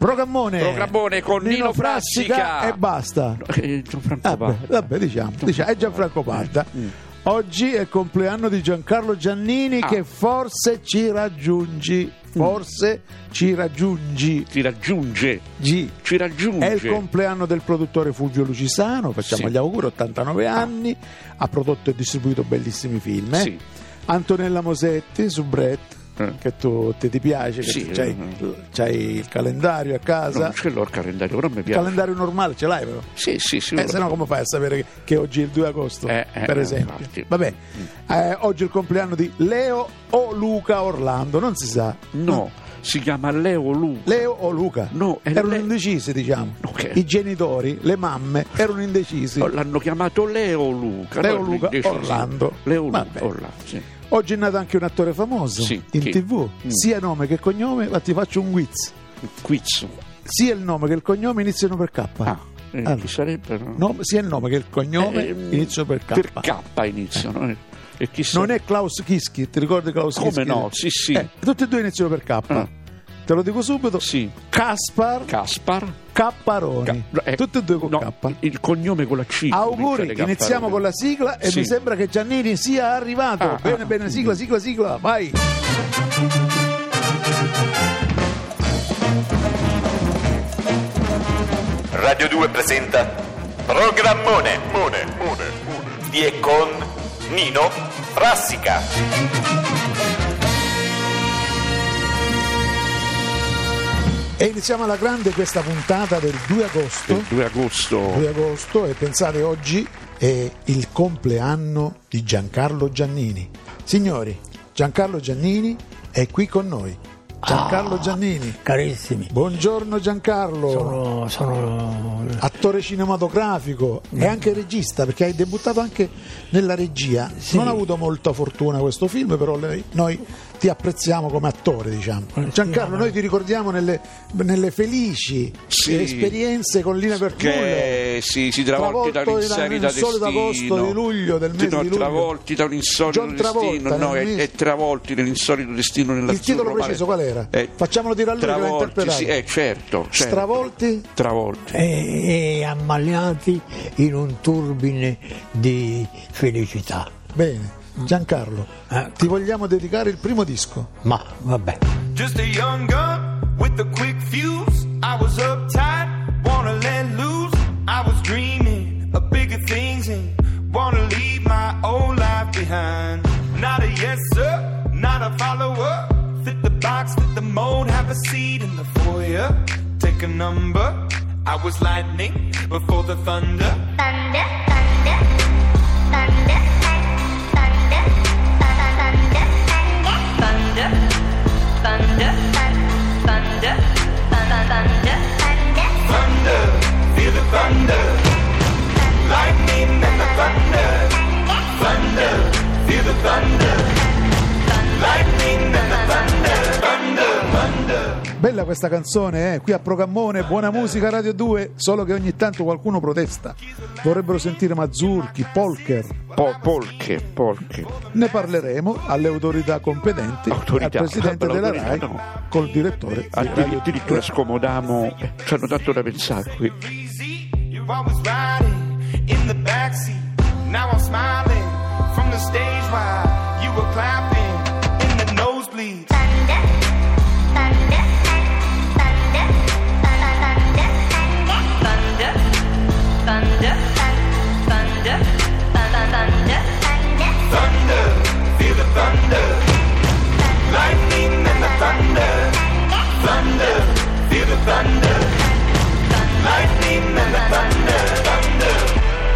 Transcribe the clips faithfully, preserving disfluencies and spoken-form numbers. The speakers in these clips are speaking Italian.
Programmone, Programmone con Nino, Nino Frassica. Frassica e basta. Eh, Gianfranco vabbè, Parda. Vabbè, diciamo, diciamo, è Gianfranco Parda. Mm. Oggi è il compleanno di Giancarlo Giannini, ah. che forse ci raggiungi. Forse mm. ci raggiungi. Ci raggiunge. G. Ci raggiunge. È il compleanno del produttore Fulvio Lucisano. Facciamo sì. gli auguri, ottantanove anni. Ha prodotto e distribuito bellissimi film. Eh? Sì. Antonella Mosetti su Brett. Che tu te ti piace, che sì, tu c'hai, c'hai il calendario a casa. No, non ce l'ho il calendario, però mi piace. Il calendario normale ce l'hai, però? Sì, sì, sì. Eh, se no, come fai a sapere che, che oggi è il due agosto? Eh, eh, per esempio. Infatti. Vabbè, eh, oggi è il compleanno di Leo o Luca Orlando, non si sa. No. no. Si chiama Leo Luca. Leo o Luca? No, erano Le... indecisi, diciamo. Okay. I genitori, le mamme erano indecisi. No, l'hanno chiamato Leo Luca. Leo Luca indecisi. Orlando. Leo Luca Orlando, sì. Oggi è nato anche un attore famoso sì, in chi? tivù, mm. sia nome che cognome, ma ti faccio un quiz. Quiz. Sia il nome che il cognome iniziano per K. Ah, eh, allora, chi sarebbero? No, sia il nome che il cognome eh, iniziano per K. Per K iniziano. Eh. E chi non è Klaus Kinski, ti ricordi Klaus Come Kinski? Come no? Sì, sì. Eh, tutti e due iniziano per K. Ah. Te lo dico subito. Sì. Caspar. Caspar. Capparoni. Ca- eh, tutti e due con no, K. Il cognome con la C. Auguri, iniziamo con la sigla e sì. mi sembra che Giannini sia arrivato. Ah, bene, ah, bene, sigla, sigla, sigla, vai. Radio due presenta Programmone Mone, Mone, Mone. Di e con Nino Frassica. E iniziamo alla grande questa puntata del due agosto. Il due agosto. due agosto e pensate, oggi è il compleanno di Giancarlo Giannini. Signori, Giancarlo Giannini è qui con noi. Giancarlo ah, Giannini. Carissimi. Buongiorno Giancarlo. Sono, sono... attore cinematografico mm. e anche regista, perché hai debuttato anche nella regia. Sì. Non ha avuto molta fortuna questo film, però lei, noi ti apprezziamo come attore, diciamo. Giancarlo, noi ti ricordiamo nelle, nelle felici sì. esperienze con Lina Bertullo, che sì, si travolti da un'insolita destino, solito agosto di luglio del mese no, di luglio, travolti da un insolito John destino, no, e, e travolti nell'insolito destino nella il titolo preciso qual era? Eh, Facciamolo dire a lui che l'ha interpretato. Sì, eh, certo, certo. Stravolti? Travolti. E, e ammaliati in un turbine di felicità. Bene. Giancarlo, eh, ti vogliamo dedicare il primo disco. Ma vabbè. Just a young gun with a quick fuse. I was uptight, wanna let loose. I was dreaming of bigger things and wanna leave my old life behind. Not a yes sir, not a follower. Fit the box, fit the mold, have a seat in the foyer. Take a number. I was lightning before the thunder. Thunder, thunder, thunder. Thunder, thunder, thunder, thunder, thunder, thunder, feel the thunder, lightning and the thunder, thunder, feel the thunder, lightning and the thunder, thunder, thunder. Bella questa canzone, eh? Qui a Programmone, buona musica Radio due, solo che ogni tanto qualcuno protesta. Vorrebbero sentire Mazurchi, Polker. Po- polche, polche. Ne parleremo alle autorità competenti, autorità, al presidente della RAI, no. col direttore. Addir- addirittura scomodiamo, ci hanno tanto da pensare qui. You always riding in the backseat. Now I'm smiling from the stage while you were clapping in the nosebleeds. thunder, thunder, thunder, thunder, thunder, thunder, thunder, thunder, thunder, feel the thunder, lightning and the thunder, thunder, feel the thunder, lightning and the thunder, thunder.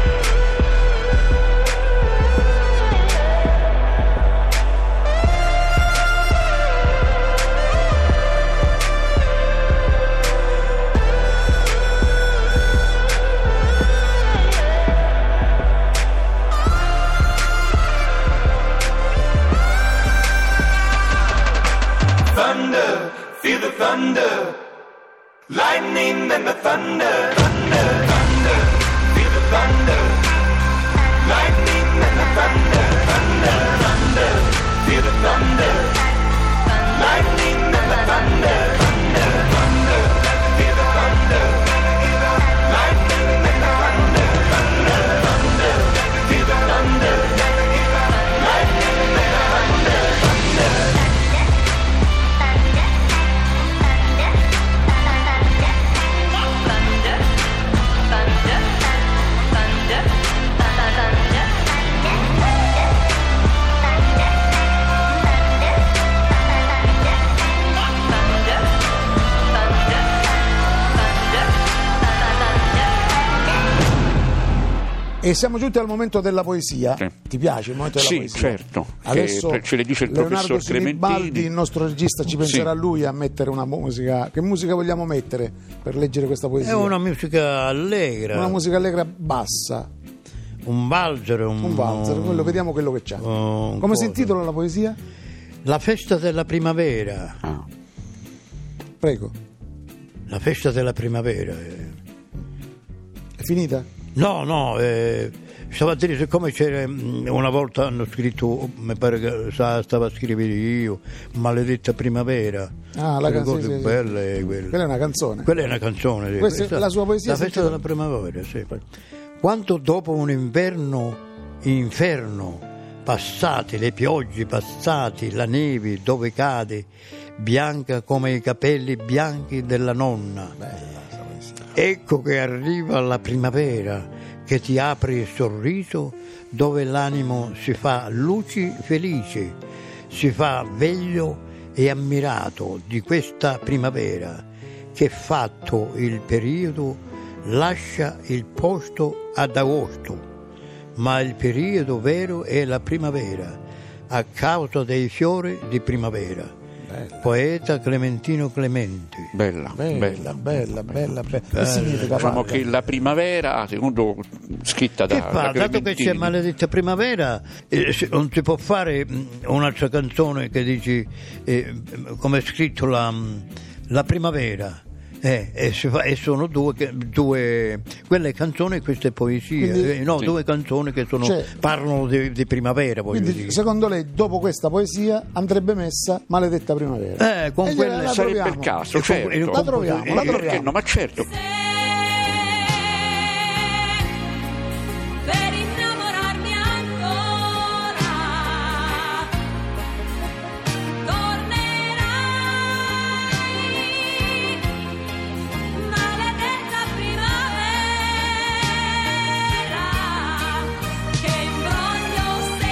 Thunder, feel the thunder, lightning and the thunder, thunder, thunder, feel the thunder, lightning and the thunder, thunder, thunder, feel the thunder, lightning and the thunder, thunder, thunder. E siamo giunti al momento della poesia. Sì. Ti piace il momento della Sì, poesia? certo. Adesso Che ce le dice il Leonardo professor Sinibaldi, Clementini. il nostro regista, ci penserà Sì. lui a mettere una musica. Che musica vogliamo mettere per leggere questa poesia? È una musica allegra, Una musica allegra bassa, un valzer, un, un valzer, quello, vediamo quello che c'ha. un Come si coso. intitola la poesia? La festa della primavera. Ah. Prego. La festa della primavera. eh. È finita? No, no, eh, stavo a dire, siccome c'era mh, una volta hanno scritto, mi pare che sa- stavo a scrivere io, Maledetta primavera. Ah, la Che canzone, cose sì, sì. belle quelle. Quella è una canzone. Quella è una canzone. sì. Questa è la sua poesia, La festa sentite? della primavera, sì. Quando dopo un inverno inferno, passate le piogge, passati la neve dove cade, bianca come i capelli bianchi della nonna. Ecco che arriva la primavera, che ti apre il sorriso, dove l'animo si fa luci felice, si fa veglio e ammirato di questa primavera, che fatto il periodo lascia il posto ad agosto, ma il periodo vero è la primavera, a causa dei fiori di primavera. Bella. Poeta Clementino Clemente. Bella, Bella, bella. bella, bella, bella. Che significa? Diciamo Parla? che la primavera, secondo scritta da, Che fa? da Dato che Clementini, c'è Maledetta primavera, eh, se- non si può fare mh, un'altra canzone che dici eh, come è scritto la, mh, la primavera. Eh, e, si fa- e sono due, che- due quelle canzoni e queste poesie. Quindi- eh, no, Sì. due canzoni che sono, Cioè- parlano di, di primavera. Voglio Quindi, dire. secondo lei, dopo questa poesia andrebbe messa Maledetta primavera? Eh, con E quelle- gliela- la sarebbe troviamo. il caso, E con- certo. e con- La troviamo, eh, la Perché troviamo. no, ma certo. Per innamorarmi ancora tornerai, maledetta primavera, che imbroglio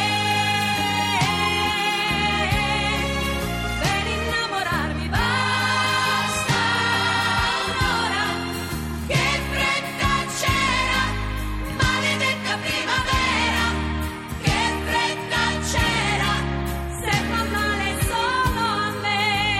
sei. Per innamorarmi basta un'ora, che fretta c'era, maledetta primavera, che fretta c'era, se fa male solo a me.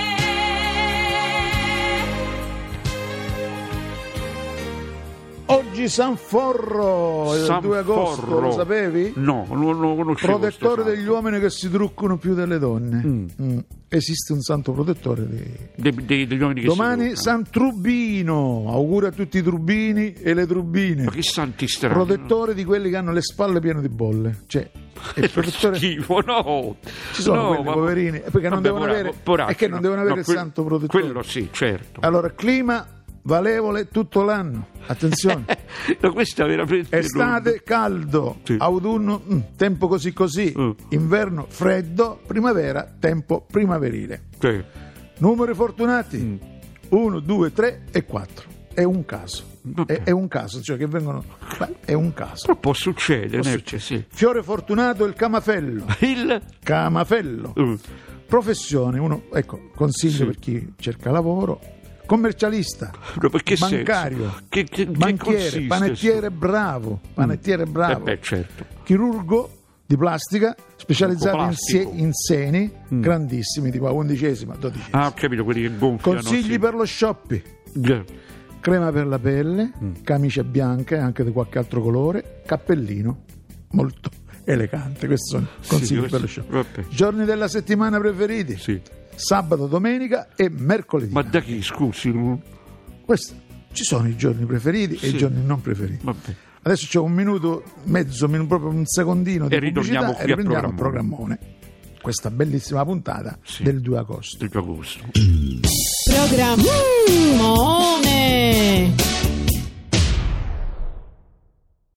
Oggi San Forro, il San due agosto, Forro. lo sapevi? No, non lo conoscevo. Protettore sto degli uomini che si truccano più delle donne. Mm. Esiste un santo protettore di... De- de- degli uomini che Domani si San Trubino, auguri a tutti i trubini e le trubine. Ma che santi strani. Protettore di quelli che hanno le spalle piene di bolle. Cioè, il protettore... Schifo, no. Ci sono no, quelli ma- poverini, perché non Vabbè, devono poracco, avere- poracci, è che non no. devono avere No, il quel- santo protettore. Quello sì, certo. Allora, clima valevole tutto l'anno. Attenzione. No, questo è veramente Estate caldo, Sì. autunno mm, tempo così così, Mm. inverno freddo, primavera tempo primaverile. Sì. Numeri fortunati uno, due, tre e quattro. È un caso. Vabbè. È, è un caso, cioè che vengono. Beh, è un caso. Però può succedere, Può eh, succedere. sì. Fiore fortunato il camafello. Il Camafello. Mm. Professione, uno, ecco, consiglio Sì. per chi cerca lavoro. Commercialista, No, perché bancario, senso? Che- che- che banchiere, consiste panettiere bravo, panettiere bravo, Eh beh, certo. chirurgo di plastica specializzato in, Plastico. se- in seni grandissimi, tipo a undicesima, dodicesima. Ah, ho capito, quelli che gonfiano. Consigli sì. per lo shopping: Già. crema per la pelle, camicia bianca e anche di qualche altro colore, cappellino molto elegante. Questi sono consigli questo- per lo shopping. vabbè. Giorni della settimana preferiti: Sì. sabato, domenica e mercoledì. Ma da chi, scusi? non- Questi ci sono i giorni preferiti e i Sì. giorni non preferiti. Vabbè. Adesso c'è un minuto, mezzo minuto, proprio un secondino di E ritorniamo pubblicità qui e a riprendiamo il programmone. programmone. Questa bellissima puntata Sì. del due agosto. Del agosto. Programma